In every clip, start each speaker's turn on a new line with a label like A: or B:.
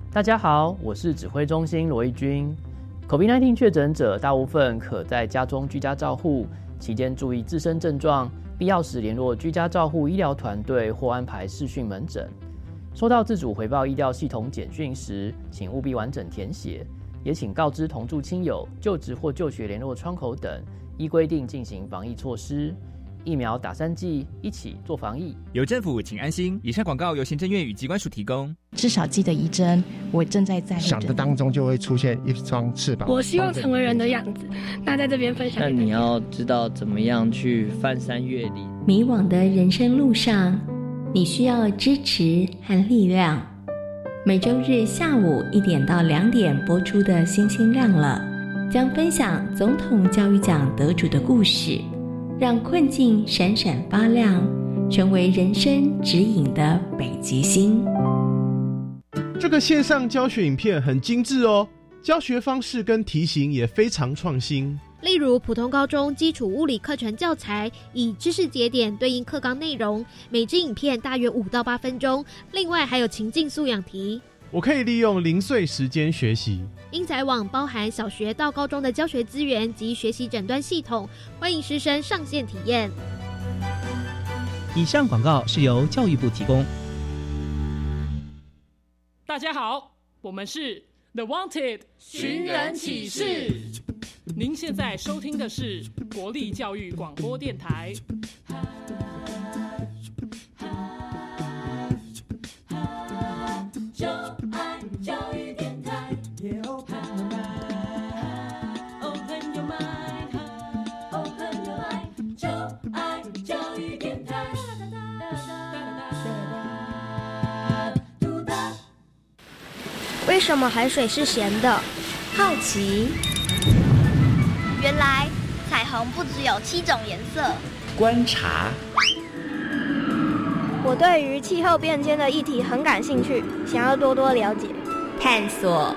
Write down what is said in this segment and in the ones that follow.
A: 大家好，我是指挥中心罗一军。COVID-19 确诊者大部分可在家中居家照护，期间注意自身症状，必要时联络居家照护医疗团队或安排视讯门诊。收到自主回报医疗系统简讯时，请务必完整填写，也请告知同住亲友、就职或就学联络窗口等，依规定进行防疫措施。疫苗打3剂，一起做防疫。
B: 有政府，请安心。以上广告由行政院与疾管署提供。
C: 至少记得一针，我正在乎
D: 想的当中就会出现一双翅膀。
E: 我希望成为人的样子，那在这边分享。
F: 但你要知道怎么样去翻山越岭。
G: 迷惘的人生路上，你需要支持和力量。每周日下午1点到2点播出的《星星亮了》，将分享总统教育奖得主的故事，让困境闪闪发亮，成为人生指引的北极星。
H: 这个线上教学影片很精致哦，教学方式跟题型也非常创新。
I: 例如普通高中基础物理课程教材，以知识节点对应课纲内容，每支影片大约5到8分钟，另外还有情境素养题。
H: 我可以利用零碎时间学习。
I: 英才网包含小学到高中的教学资源及学习诊断系统，欢迎师生上线体验。
J: 以上广告是由教育部提供。
K: 大家好，我们是 The Wanted 寻人启事。您现在收听的是国立教育广播电台。
L: 就爱教育电台 Open your mind Open your mind 就爱教育电台。
M: 为什么海水是咸的？
G: 好奇。
N: 原来彩虹不只有7种颜色。
O: 观察。
M: 我对于气候变迁的议题很感兴趣，想要多多了解。
G: 探索。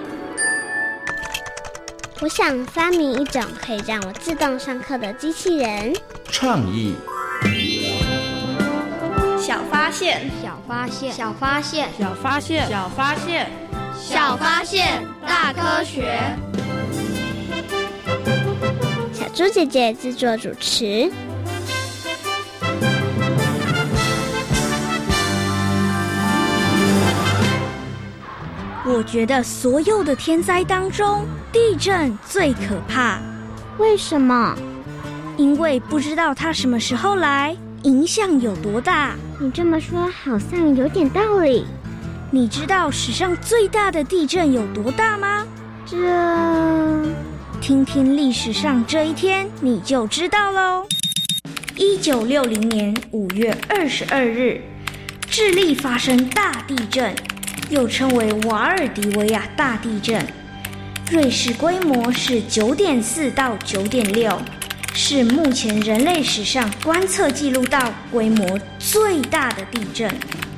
P: 我想发明一种可以让我自动上课的机器人。
O: 创意。
M: 小发现，
P: 小发现，
M: 小发现，
E: 小发现，小发现，
M: 小发现，大科学。
P: 小猪姐姐制作主持。
Q: 我觉得所有的天灾当中，地震最可怕。
P: 为什么？
Q: 因为不知道它什么时候来，影响有多大。
P: 你这么说好像有点道理。
Q: 你知道史上最大的地震有多大吗？听听历史上这一天你就知道咯。1960年5月22日，智利发生大地震，又称为瓦尔迪维亚大地震，瑞士规模是 9.4 到 9.6， 是目前人类史上观测记录到规模最大的地震。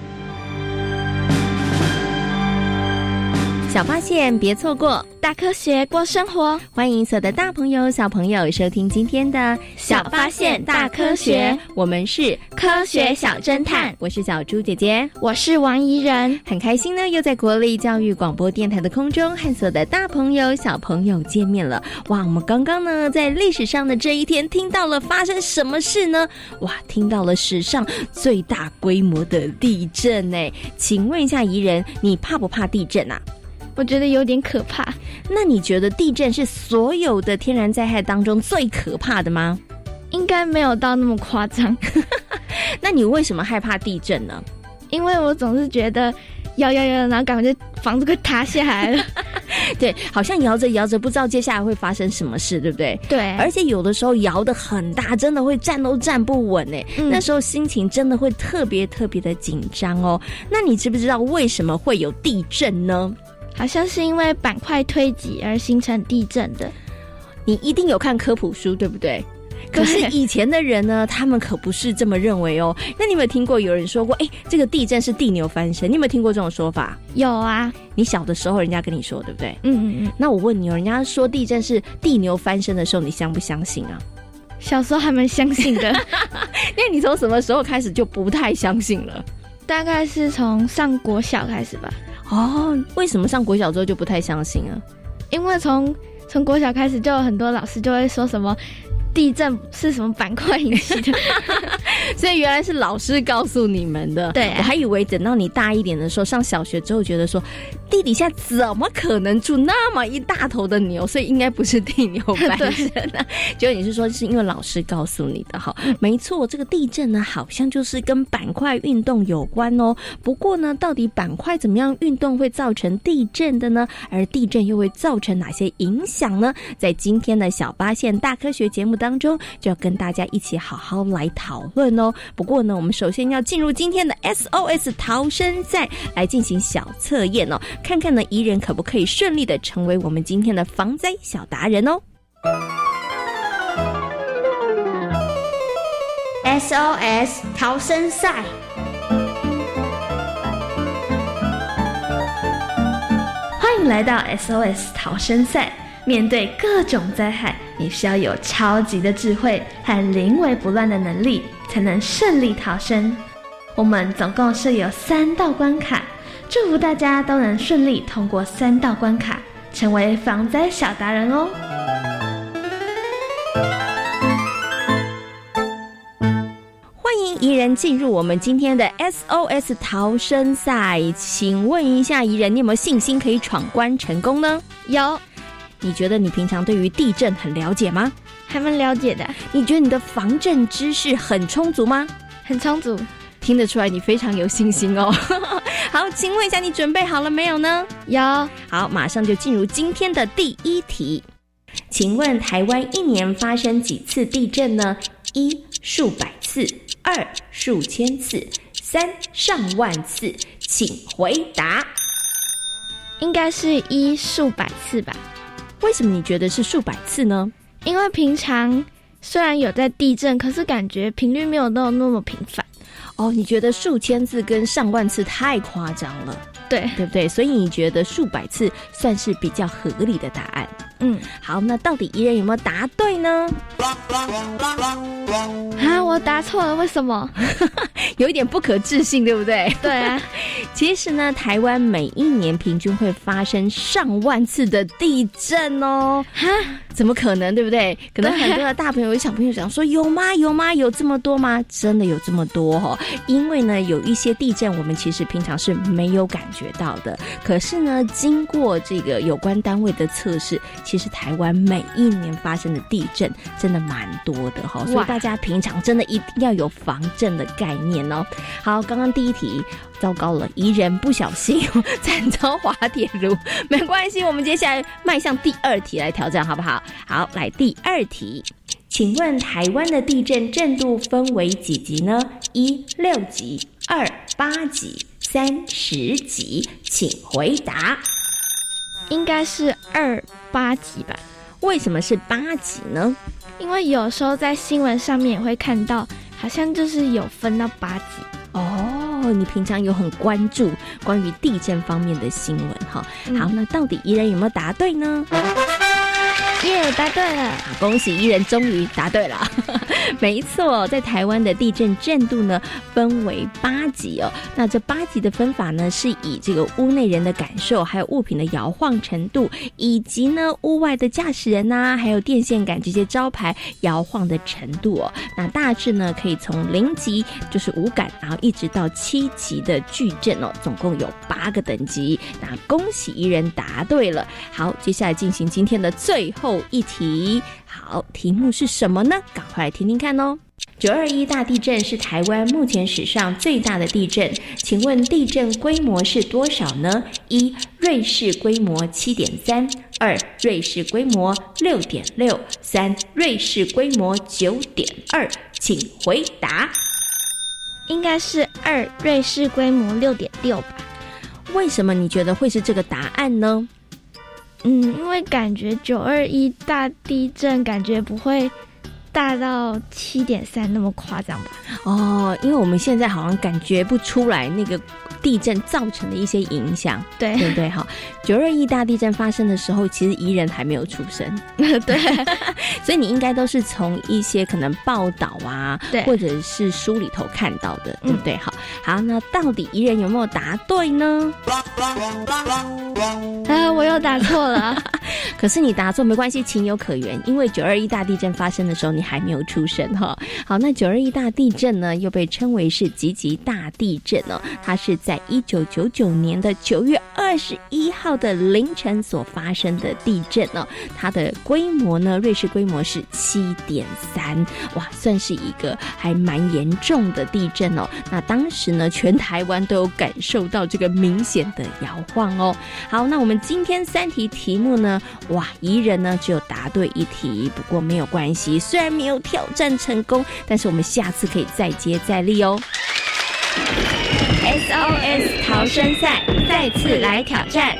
G: 小发现别错过，
Q: 大科学过生活。
G: 欢迎所有的大朋友小朋友收听今天的
Q: 小发现大科学，
G: 我们是
Q: 科学小侦探。
G: 我是小猪姐姐，
Q: 我是王怡人。
G: 很开心呢，又在国立教育广播电台的空中和所有的大朋友小朋友见面了。哇，我们刚刚呢在历史上的这一天听到了发生什么事呢？哇，听到了史上最大规模的地震耶。请问一下怡人，你怕不怕地震啊？
Q: 我觉得有点可怕。
G: 那你觉得地震是所有的天然灾害当中最可怕的吗？
Q: 应该没有到那么夸张。
G: 那你为什么害怕地震呢？
Q: 因为我总是觉得摇，然后感觉房子快塌下来了。
G: 对，好像摇着摇着不知道接下来会发生什么事，对不对？
Q: 对，
G: 而且有的时候摇得很大，真的会站都站不稳耶。那时候心情真的会特别特别的紧张哦。那你知不知道为什么会有地震呢？
Q: 好像是因为板块推挤而形成地震的。
G: 你一定有看科普书，对不对？可是以前的人呢，他们可不是这么认为哦。那你有没有听过有人说过，这个地震是地牛翻身？你有没有听过这种说法？
Q: 有啊。
G: 你小的时候人家跟你说，对不对？那我问你，人家说地震是地牛翻身的时候，你相不相信啊？
Q: 小时候还蛮相信的。
G: 那你从什么时候开始就不太相信了？
Q: 大概是从上国小开始吧。
R: 哦，为什么上国小之后就不太相信啊？
E: 因为从国小开始就有很多老师就会说什么地震是什么板块引起的
R: 所以原来是老师告诉你们的。
E: 对、啊，
R: 我还以为等到你大一点的时候，上小学之后觉得说地底下怎么可能住那么一大头的牛，所以应该不是地牛翻身啊。结果你是说是因为老师告诉你的。好，没错，这个地震呢好像就是跟板块运动有关哦。不过呢，到底板块怎么样运动会造成地震的呢？而地震又会造成哪些影响呢？在今天的小发现大科学节目当中，就要跟大家一起好好来讨论哦。不过呢，我们首先要进入今天的 SOS 逃生赛来进行小测验哦，看看呢宜人可不可以顺利的成为我们今天的防灾小达人哦。
Q: SOS 逃生赛。欢迎来到 SOS 逃生赛。面对各种灾害，你需要有超级的智慧和临危不乱的能力，才能顺利逃生。我们总共设有3道关卡，祝福大家都能顺利通过3道关卡，成为防灾小达人哦。
R: 欢迎宜人进入我们今天的 SOS 逃生赛，请问一下宜人，你有没有信心可以闯关成功呢？
E: 有。
R: 你觉得你平常对于地震很了解吗？
E: 还蛮了解的。
R: 你觉得你的防震知识很充足吗？
E: 很充足。
R: 听得出来你非常有信心哦。好，请问一下你准备好了没有呢？
E: 有。
R: 好，马上就进入今天的第一题。请问台湾一年发生几次地震呢？1. 数百次， 2. 数千次， 3. 上万次，请回答。
E: 应该是1数百次吧。
R: 为什么你觉得是数百次呢？
E: 因为平常虽然有在地震，可是感觉频率没有那么频繁。
R: 哦，你觉得数千次跟上万次太夸张了，
E: 对
R: 不对？所以你觉得数百次算是比较合理的答案。好，那到底宜人有没有答对呢？
E: 啊，我答错了，为什么？
R: 有一点不可置信，对不对？
E: 对啊。
R: 其实呢，台湾每一年平均会发生上万次的地震哦。哈，怎么可能，对不对？可能很多的大朋友、小朋友想说，有吗？有这么多吗？真的有这么多哦。因为呢，有一些地震我们其实平常是没有感觉到的，可是呢，经过这个有关单位的测试，其实台湾每一年发生的地震真的蛮多的哈，所以大家平常真的一定要有防震的概念哦。好，刚刚第一题糟糕了，宜人不小心惨遭滑铁卢，没关系，我们接下来迈向第2题来挑战，好不好？好，来第2题，请问台湾的地震震度分为几级呢？1. 6级， 2. 8级， 3. 10级，请回答。
E: 应该是2、8级吧。
R: 为什么是8级呢？
E: 因为有时候在新闻上面也会看到，好像就是有分到8级。
R: 哦，你平常有很关注关于地震方面的新闻哈。好，那到底宜人有没有答对呢？
E: 耶，答对了！
R: 恭喜宜人终于答对了。没错，在台湾的地震震度呢分为8级哦。那这8级的分法呢，是以这个屋内人的感受，还有物品的摇晃程度，以及呢屋外的驾驶人啊，还有电线杆这些招牌摇晃的程度哦。那大致呢可以从0级就是无感，然后一直到7级的巨震哦，总共有8个等级。那恭喜宜人答对了。好，接下来进行今天的最后一题。好，题目是什么呢？赶快来听听看哦。921大地震是台湾目前史上最大的地震，请问地震规模是多少呢？1. 瑞士规模 7.3， 2. 瑞士规模 6.6， 3. 瑞士规模 9.2， 请回答。
E: 应该是2，瑞士规模 6.6 吧。
R: 为什么你觉得会是这个答案呢？
E: 因为感觉921大地震感觉不会大到 7.3 那么夸张吧。
R: 哦，因为我们现在好像感觉不出来那个地震造成的一些影响，对不对？好，921大地震发生的时候，其实宜人还没有出生，
E: 对，
R: 所以你应该都是从一些可能报道啊，或者是书里头看到的，对不对？ 好，那到底宜人有没有答对呢？
E: 我又答错了。
R: 可是你答错没关系，情有可原，因为921大地震发生的时候你还没有出生哈。好，那921大地震呢，又被称为是集集大地震哦，它是在1999年的9月21号的凌晨所发生的地震哦，它的规模呢，瑞士规模是7.3，哇，算是一个还蛮严重的地震哦。那当时呢，全台湾都有感受到这个明显的摇晃哦。好，那我们今天3题题目呢，哇，宜人呢只有答对1题，不过没有关系，虽然没有挑战成功，但是我们下次可以再接再厉哦。SOS 逃生赛再次来挑战。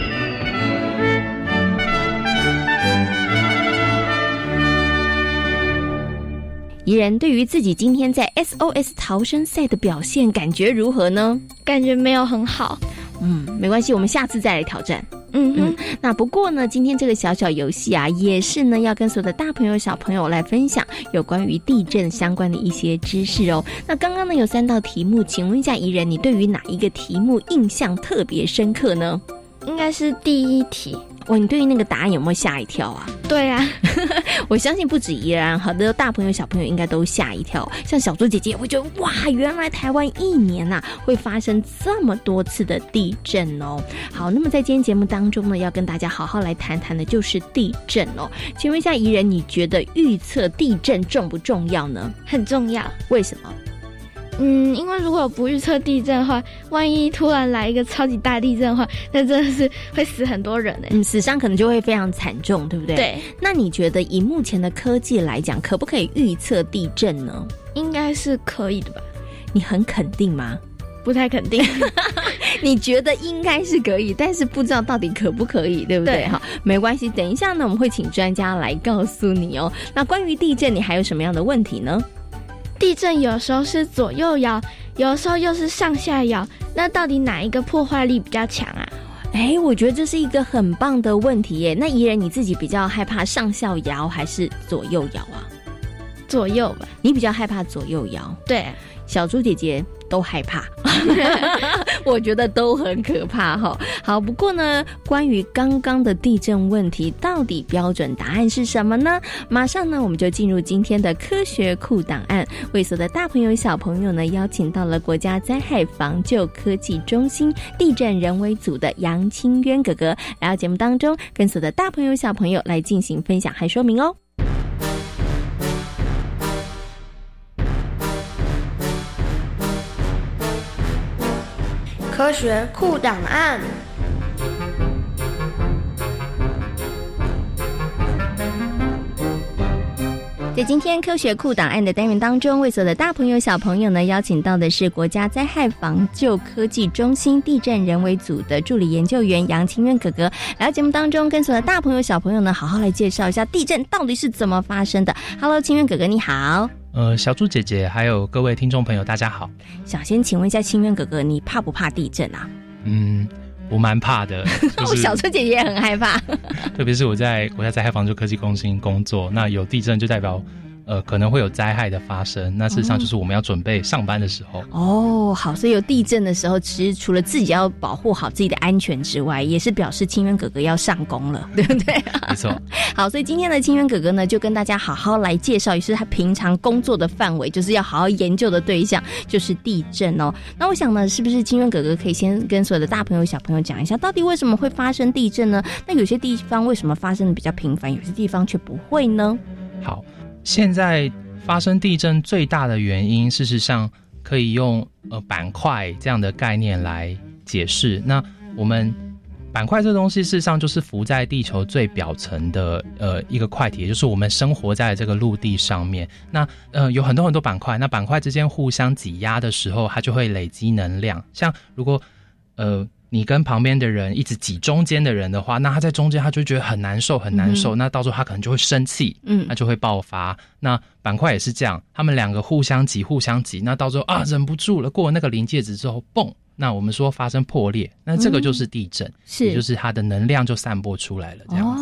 R: 宜人对于自己今天在 SOS 逃生赛的表现感觉如何呢？
E: 感觉没有很好。
R: 没关系，我们下次再来挑战。那不过呢，今天这个小小游戏啊，也是呢要跟所有的大朋友小朋友来分享有关于地震相关的一些知识哦。那刚刚呢有3道题目，请问一下宜人，你对于哪一个题目印象特别深刻呢？
E: 应该是第1题。
R: 哇，你对于那个答案有没有吓一跳啊？
E: 对啊，
R: 我相信不止宜人，好的大朋友小朋友应该都吓一跳。像小猪姐姐也会觉得，哇，原来台湾1年啊会发生这么多次的地震哦。好，那么在今天节目当中呢，要跟大家好好来谈谈的就是地震哦。请问一下宜人，你觉得预测地震重不重要呢？
E: 很重要。
R: 为什么？
E: 因为如果不预测地震的话，万一突然来一个超级大地震的话，那真的是会死很多人
R: 死伤可能就会非常惨重，对不对？
E: 对。
R: 那你觉得以目前的科技来讲，可不可以预测地震呢？
E: 应该是可以的吧？
R: 你很肯定吗？
E: 不太肯定。
R: 你觉得应该是可以，但是不知道到底可不可以，对不对？好，没关系，等一下呢，我们会请专家来告诉你哦。那关于地震，你还有什么样的问题呢？
E: 地震有时候是左右摇，有的时候又是上下摇，那到底哪一个破坏力比较强啊？
R: 我觉得这是一个很棒的问题耶。那宜人你自己比较害怕上下摇还是左右摇啊？
E: 左右吧。
R: 你比较害怕左右摇？
E: 对。
R: 小猪姐姐都害怕。我觉得都很可怕哈。好，不过呢，关于刚刚的地震问题，到底标准答案是什么呢？马上呢，我们就进入今天的科学库档案。为所有的大朋友小朋友呢，邀请到了国家灾害防救科技中心地震人为组的杨清渊哥哥来到节目当中，跟所有的大朋友小朋友来进行分享和说明哦。
M: 科学库档案。
R: 在今天科学库档案的单元当中，为所有的大朋友小朋友呢，邀请到的是国家灾害防救科技中心地震人为组的助理研究员杨清渊哥哥来到节目当中，跟所有的大朋友小朋友呢，好好来介绍一下地震到底是怎么发生的。Hello， 清渊哥哥你好。
S: 小猪姐姐还有各位听众朋友大家好。
R: 想先请问一下清渊哥哥，你怕不怕地震啊？
S: 我蛮怕的，
R: 小猪姐姐也很害怕。
S: 特别是我在国家灾害防救科技中心工作，那有地震就代表可能会有灾害的发生，那事实上就是我们要准备上班的时候。
R: 好，所以有地震的时候，其实除了自己要保护好自己的安全之外，也是表示清渊哥哥要上工了，对不对？
S: 没错。
R: 好，所以今天的清渊哥哥呢，就跟大家好好来介绍，也是他平常工作的范围，就是要好好研究的对象，就是地震哦。那我想呢，是不是清渊哥哥可以先跟所有的大朋友小朋友讲一下，到底为什么会发生地震呢？那有些地方为什么发生的比较频繁，有些地方却不会呢？
S: 好。现在发生地震最大的原因，事实上可以用板块这样的概念来解释。那我们板块这东西，事实上就是浮在地球最表层的一个块体，也就是我们生活在这个陆地上面。那有很多很多板块，那板块之间互相挤压的时候，它就会累积能量。像如果你跟旁边的人一直挤中间的人的话，那他在中间他就觉得很难受很难受，那到时候他可能就会生气，他就会爆发。那板块也是这样，他们两个互相挤，那到时候忍不住了，过了那个临界值之后，蹦，那我们说发生破裂，那这个就是地震，也就是它的能量就散播出来了，这样子。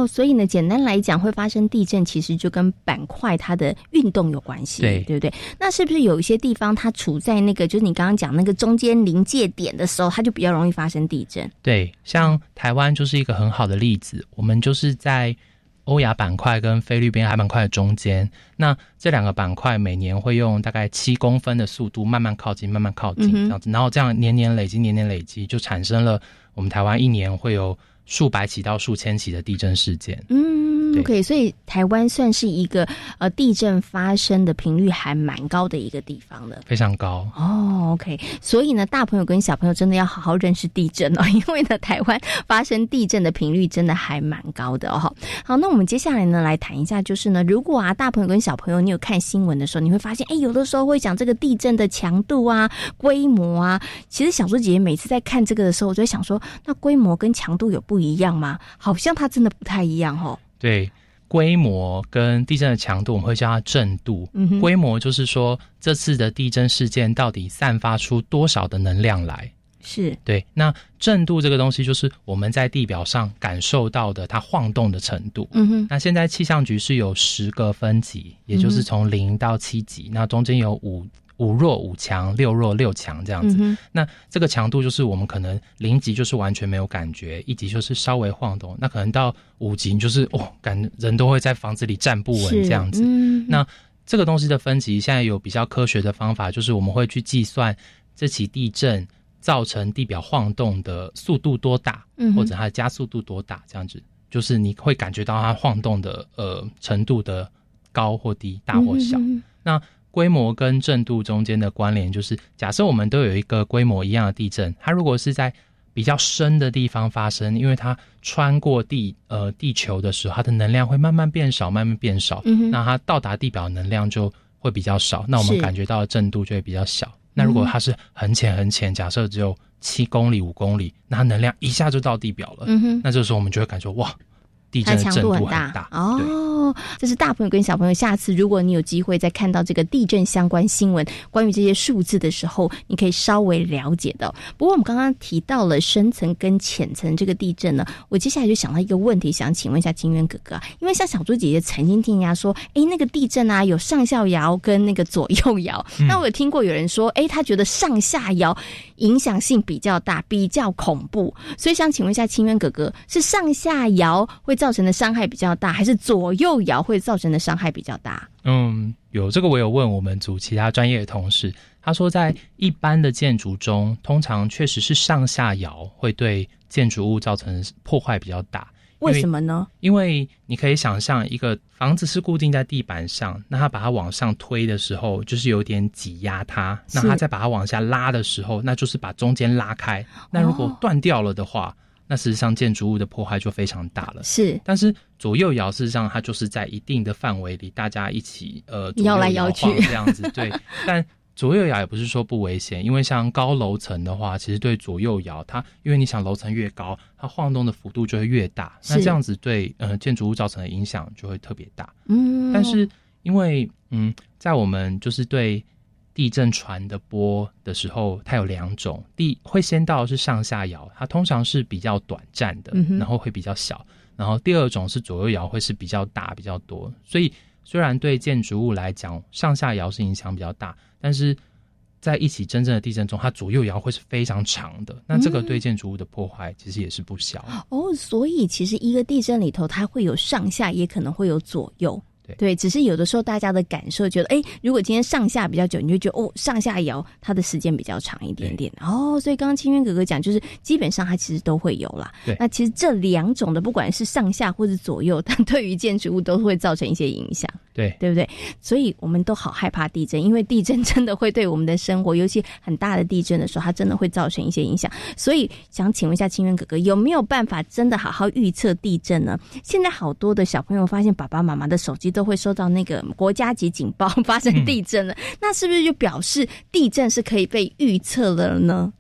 R: 所以呢，简单来讲，会发生地震其实就跟板块它的运动有关系，对不对？那是不是有一些地方它处在那个就是你刚刚讲那个中间临界点的时候，它就比较容易发生地震？
S: 对，像台湾就是一个很好的例子，我们就是在欧亚板块跟菲律宾海板块的中间，那这两个板块每年会用大概7公分的速度慢慢靠近这样子，然后这样年年累积，就产生了我们台湾一年会有数百起到数千起的地震事件。
R: OK， 所以台湾算是一个地震发生的频率还蛮高的一个地方了，
S: 非常高。
R: OK， 所以呢，大朋友跟小朋友真的要好好认识地震哦，因为呢，台湾发生地震的频率真的还蛮高的哦。好，那我们接下来呢来谈一下，就是呢，如果大朋友跟小朋友你有看新闻的时候，你会发现，有的时候会讲这个地震的强度啊、规模啊。其实小猪姐姐每次在看这个的时候，我就会想说，那规模跟强度有不一样吗？好像它真的不太一样哦。
S: 对，规模跟地震的强度我们会叫它震度。规模就是说这次的地震事件到底散发出多少的能量来。
R: 是，
S: 对。那震度这个东西就是我们在地表上感受到的它晃动的程度。那现在气象局是有10个分级，也就是从0到7级，那中间有5弱5强，6弱6强这样子。那这个强度就是我们可能0级就是完全没有感觉，1级就是稍微晃动，那可能到5级就是人都会在房子里站不稳这样子。那这个东西的分级现在有比较科学的方法，就是我们会去计算这起地震造成地表晃动的速度多大，或者它的加速度多大，这样子就是你会感觉到它晃动的程度的高或低，大或小。那规模跟震度中间的关联就是，假设我们都有一个规模一样的地震，它如果是在比较深的地方发生，因为它穿过地球的时候，它的能量会慢慢变少，那它到达地表的能量就会比较少，那我们感觉到的震度就会比较小。那如果它是很浅，假设只有7公里、5公里，那它能量一下就到地表了。那这个时候我们就会感觉哇，地震的震度很大
R: 哦。这是大朋友跟小朋友，下次如果你有机会再看到这个地震相关新闻，关于这些数字的时候，你可以稍微了解到。不过我们刚刚提到了深层跟浅层这个地震呢，我接下来就想到一个问题，想请问一下金渊哥哥啊，因为像小猪姐姐曾经听人家说，那个地震啊有上下摇跟那个左右摇，那我有听过有人说，他觉得上下摇影响性比较大，比较恐怖，所以想请问一下清渊哥哥，是上下摇会造成的伤害比较大，还是左右摇会造成的伤害比较大？
S: 有这个我有问我们组其他专业的同事，他说在一般的建筑中，通常确实是上下摇会对建筑物造成破坏比较大。
R: 为什么呢？
S: 因为你可以想象一个房子是固定在地板上，那它把它往上推的时候就是有点挤压它，那它再把它往下拉的时候，那就是把中间拉开。那如果断掉了的话，那事实上建筑物的破坏就非常大了。
R: 是，
S: 但是左右摇事实上它就是在一定的范围里，大家一起
R: 摇来摇去
S: 这样子。对，但左右摇也不是说不危险，因为像高楼层的话，其实对左右摇它，因为你想楼层越高，它晃动的幅度就会越大，那这样子对建筑物造成的影响就会特别大。但是因为在我们就是对地震传的波的时候，它有2种，会先到的是上下摇，它通常是比较短暂的，然后会比较小，然后第2种是左右摇，会是比较大比较多。所以虽然对建筑物来讲上下摇是影响比较大，但是在一起真正的地震中，它左右摇会是非常长的，那这个对建筑物的破坏其实也是不小。
R: 所以其实一个地震里头它会有上下，也可能会有左右。对，只是有的时候大家的感受觉得，如果今天上下比较久，你就觉得上下摇它的时间比较长一点点。所以刚刚清渊哥哥讲，就是基本上它其实都会有啦。那其实这2种的，不管是上下或者左右，但对于建筑物都会造成一些影响。对不对？所以我们都好害怕地震，因为地震真的会对我们的生活，尤其很大的地震的时候，它真的会造成一些影响。所以想请问一下清渊哥哥，有没有办法真的好好预测地震呢？现在好多的小朋友发现爸爸妈妈的手机都会收到那个国家级警报发生地震了，那是不是就表示地震是可以被预测了呢？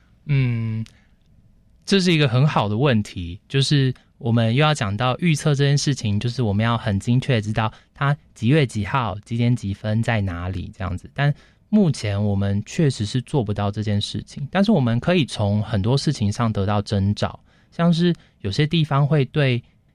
S: 这是一个很好的问题，就是我们又要讲到预测这件事情，就是我们要很精确知道它几月几号几点几分在哪里这样子。但目前我们确实是做不到这件事情，但是我们可以从很多事情上得到征兆，像是有些地方会对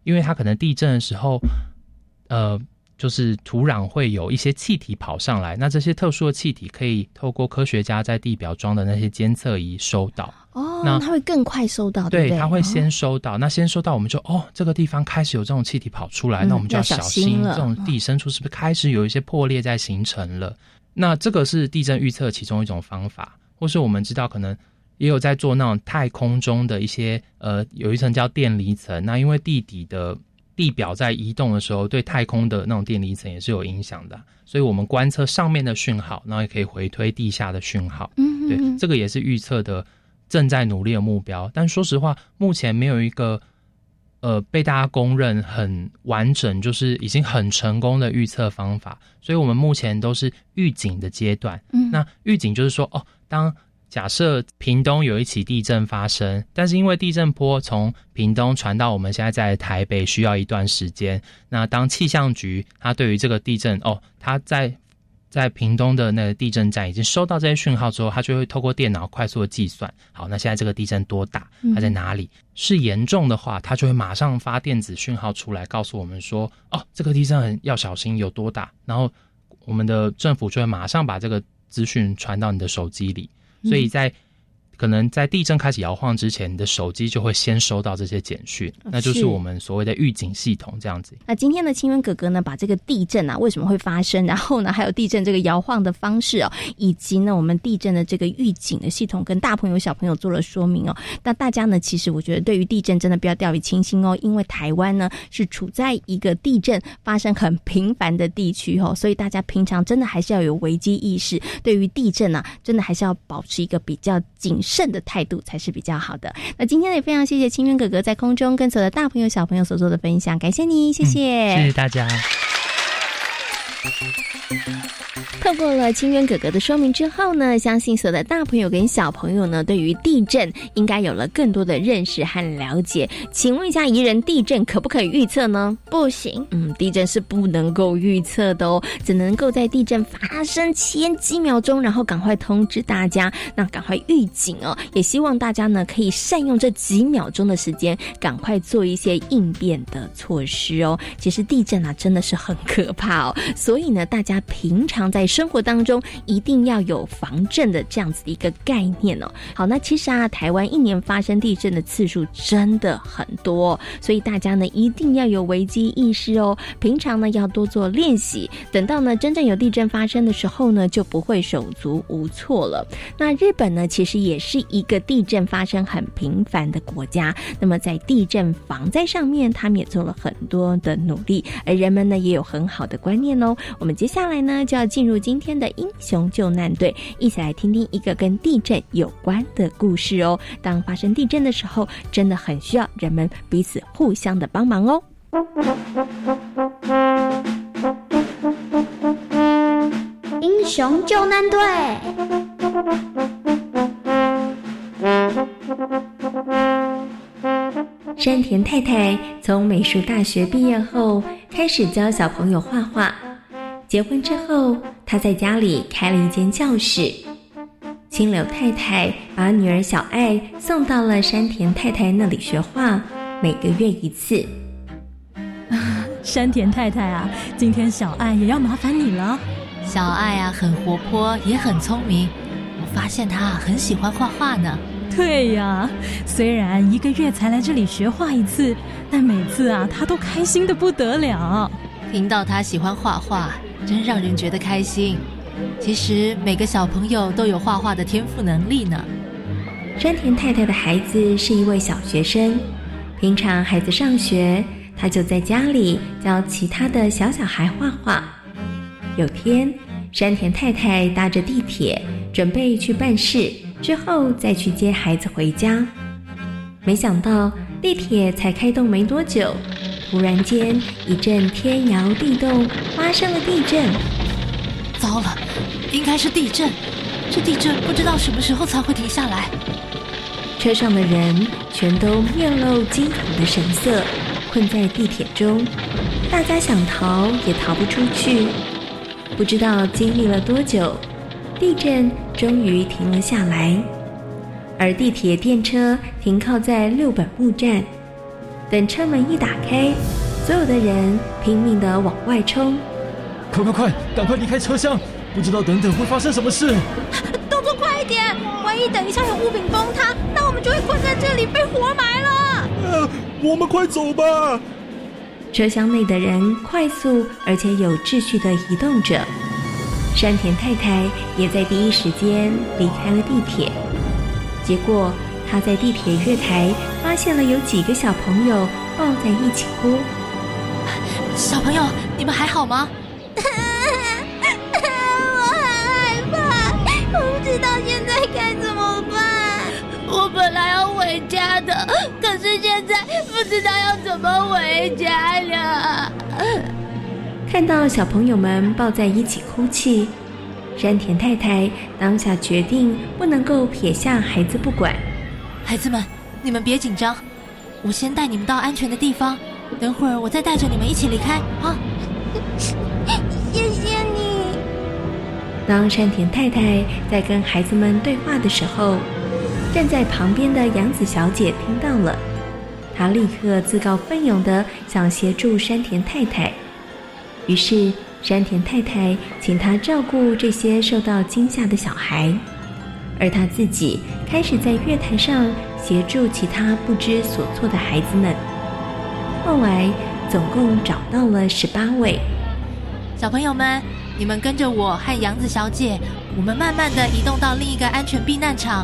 S: 因为它可能地震的时候，就是土壤会有一些气体跑上来，那这些特殊的气体可以透过科学家在地表装的那些监测仪收到。
R: 那它会更快收到，对不对？
S: 它会先收到，那先收到我们就这个地方开始有这种气体跑出来，那我们就要小心这种地深处是不是开始有一些破裂在形成了。那这个是地震预测其中一种方法，或是我们知道可能也有在做那种太空中的一些有一层叫电离层，那因为地底的地表在移动的时候，对太空的那种电离层也是有影响的，所以我们观测上面的讯号，然后也可以回推地下的讯号。对，这个也是预测的正在努力的目标。但说实话，目前没有一个被大家公认很完整，就是已经很成功的预测方法，所以我们目前都是预警的阶段。那预警就是说，当假设屏东有一起地震发生，但是因为地震波从屏东传到我们现在在台北需要一段时间，那当气象局它对于这个地震它在屏东的那个地震站已经收到这些讯号之后，它就会透过电脑快速的计算，好，那现在这个地震多大，它在哪里，是严重的话，它就会马上发电子讯号出来告诉我们说，这个地震要小心，有多大，然后我们的政府就会马上把这个资讯传到你的手机里。所以可能在地震开始摇晃之前，你的手机就会先收到这些简讯，那就是我们所谓的预警系统这样子。
R: 那今天的清源哥哥呢，把这个地震为什么会发生，然后呢还有地震这个摇晃的方式以及呢我们地震的这个预警的系统跟大朋友小朋友做了说明那大家呢其实我觉得对于地震真的不要掉以轻心因为台湾呢是处在一个地震发生很频繁的地区所以大家平常真的还是要有危机意识，对于地震真的还是要保持一个比较谨慎的态度才是比较好的。那今天呢也非常谢谢清源哥哥在空中跟所有的大朋友小朋友所做的分享，感谢你，谢谢。
S: 谢谢大家。
R: 透过了清源哥哥的说明之后呢，相信所有的大朋友跟小朋友呢，对于地震应该有了更多的认识和了解。请问一下，宜人地震可不可以预测呢？
E: 不行。
R: 地震是不能够预测的只能够在地震发生前几秒钟，然后赶快通知大家，那赶快预警也希望大家呢可以善用这几秒钟的时间，赶快做一些应变的措施其实地震真的是很可怕所以呢，大家平常在生活当中一定要有防震的这样子的一个概念好，那其实台湾一年发生地震的次数真的很多所以大家呢一定要有危机意识平常呢要多做练习，等到呢真正有地震发生的时候呢，就不会手足无措了。那日本呢其实也是一个地震发生很频繁的国家，那么在地震防灾上面他们也做了很多的努力，而人们呢也有很好的观念我们接下来呢就要进入今天的英雄救难队，一起来听听一个跟地震有关的故事当发生地震的时候，真的很需要人们彼此互相的帮忙
P: 英雄救难队。
G: 山田太太从美术大学毕业后，开始教小朋友画画。结婚之后，她在家里开了一间教室。青柳太太把女儿小爱送到了山田太太那里学画，每个月一次。
T: 山田太太啊，今天小爱也要麻烦你了。
U: 小爱啊，很活泼，也很聪明。我发现她很喜欢画画呢。
T: 对呀，虽然1个月才来这里学画一次，但每次啊，她都开心得不得了。
U: 听到她喜欢画画，真让人觉得开心。其实每个小朋友都有画画的天赋能力呢。
G: 山田太太的孩子是一位小学生，平常孩子上学，她就在家里教其他的小孩画画。有天，山田太太搭着地铁准备去办事，之后再去接孩子回家。没想到地铁才开动没多久，突然间一阵天摇地动，发生了地震。
U: 糟了，应该是地震，这地震不知道什么时候才会停下来。
G: 车上的人全都面露惊恐的神色，困在地铁中，大家想逃也逃不出去。不知道经历了多久，地震终于停了下来，而地铁电车停靠在六本木站。 等车门一打开，所有的人拼命地往外冲。
A: 快，赶快离开车厢，不知道等等会发生什么事。
T: 动作快一点，万一等一下有物品崩塌，那我们就会困在这里被活埋了。
A: 我们快走吧。
G: 车厢内的人快速而且有秩序地移动着。山田太太也在第一时间离开了地铁。结果她在地铁月台发现了有几个小朋友抱在一起哭。
U: 小朋友，你们还好吗？
M: 我很害怕，我不知道现在该怎么办。
U: 我本来要回家的，可是现在不知道要怎么回家了。
G: 看到小朋友们抱在一起哭泣，山田太太当下决定不能够撇下孩子不管。
U: 孩子们，你们别紧张，我先带你们到安全的地方，等会儿我再带着你们一起离开啊。
M: 谢谢你。
G: 当山田太太在跟孩子们对话的时候，站在旁边的杨子小姐听到了，她立刻自告奋勇地想协助山田太太。于是山田太太请她照顾这些受到惊吓的小孩，而她自己开始在月台上协助其他不知所措的孩子们。后来总共找到了18位。
U: 小朋友们，你们跟着我和杨子小姐，我们慢慢地移动到另一个安全避难场。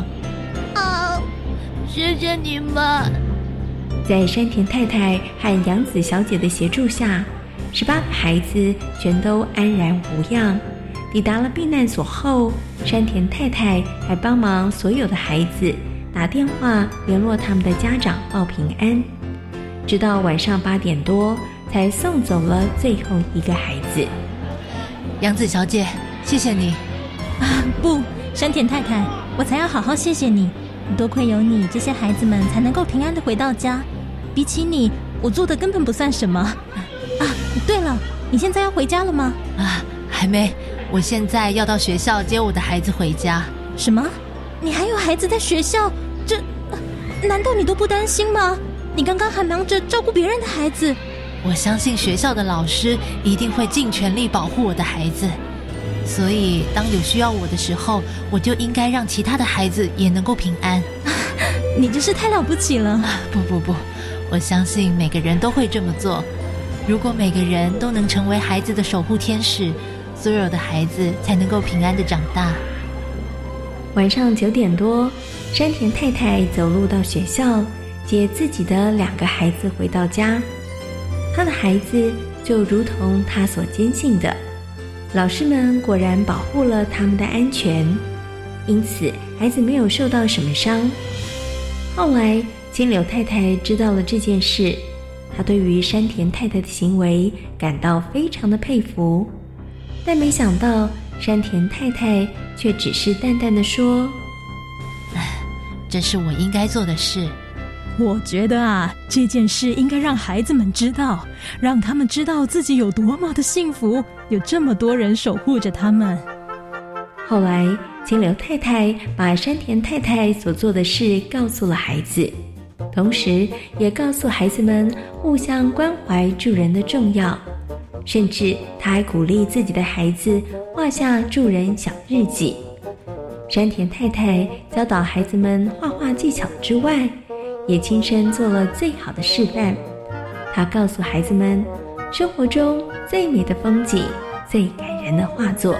U: 谢谢你们。
G: 在山田太太和杨子小姐的协助下，18个孩子全都安然无恙。抵达了避难所后，山田太太还帮忙所有的孩子打电话联络他们的家长报平安，直到晚上8点多才送走了最后一个孩子。
U: 杨子小姐，谢谢你。
T: 不，山田太太，我才要好好谢谢你。多亏有你，这些孩子们才能够平安地回到家。比起你，我做的根本不算什么。对了，你现在要回家了吗？
U: 还没，我现在要到学校接我的孩子回家。
T: 什么？你还有孩子在学校？难道你都不担心吗？你刚刚还忙着照顾别人的孩子。
U: 我相信学校的老师一定会尽全力保护我的孩子，所以当有需要我的时候，我就应该让其他的孩子也能够平安。
T: 你真是太了不起了。
U: 不，我相信每个人都会这么做。如果每个人都能成为孩子的守护天使，所有的孩子才能够平安地长大。
G: 晚上9点多，山田太太走路到学校，接自己的2个孩子回到家。她的孩子就如同她所坚信的，老师们果然保护了他们的安全，因此孩子没有受到什么伤。后来金柳太太知道了这件事，她对于山田太太的行为感到非常的佩服，但没想到山田太太却只是淡淡的说：
U: 这是我应该做的事。
T: 我觉得这件事应该让孩子们知道，让他们知道自己有多么的幸福，有这么多人守护着他们。
G: 后来金柳太太把山田太太所做的事告诉了孩子，同时也告诉孩子们互相关怀助人的重要，甚至她还鼓励自己的孩子画下助人小日记。山田太太教导孩子们画画技巧之外，也亲身做了最好的示范。她告诉孩子们，生活中最美的风景，最感人的画作。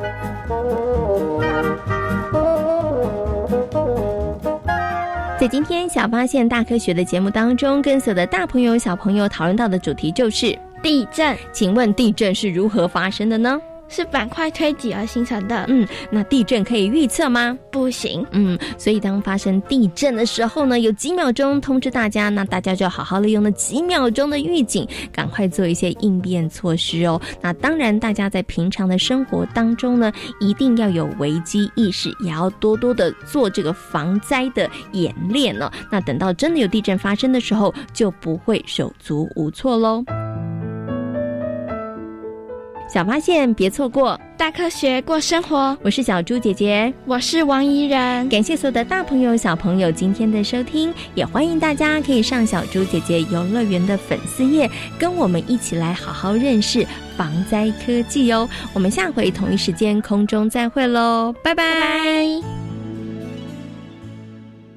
R: 在今天小发现大科学的节目当中，跟所有的大朋友小朋友讨论到的主题就是
E: 地震。
R: 请问地震是如何发生的呢？
E: 是板块推挤而形成的。
R: 那地震可以预测吗？
E: 不行。
R: 所以当发生地震的时候呢，有几秒钟通知大家，那大家就好好利用那几秒钟的预警，赶快做一些应变措施哦。那当然大家在平常的生活当中呢，一定要有危机意识，也要多多的做这个防灾的演练哦。那等到真的有地震发生的时候，就不会手足无措咯。 小发现别错过，
E: 大科学过生活。
R: 我是小猪姐姐，
E: 我是王怡人。
R: 感谢所有的大朋友小朋友今天的收听，也欢迎大家可以上小猪姐姐游乐园的粉丝页，跟我们一起来好好认识防灾科技哦。我们下回同一时间空中再会喽，拜拜。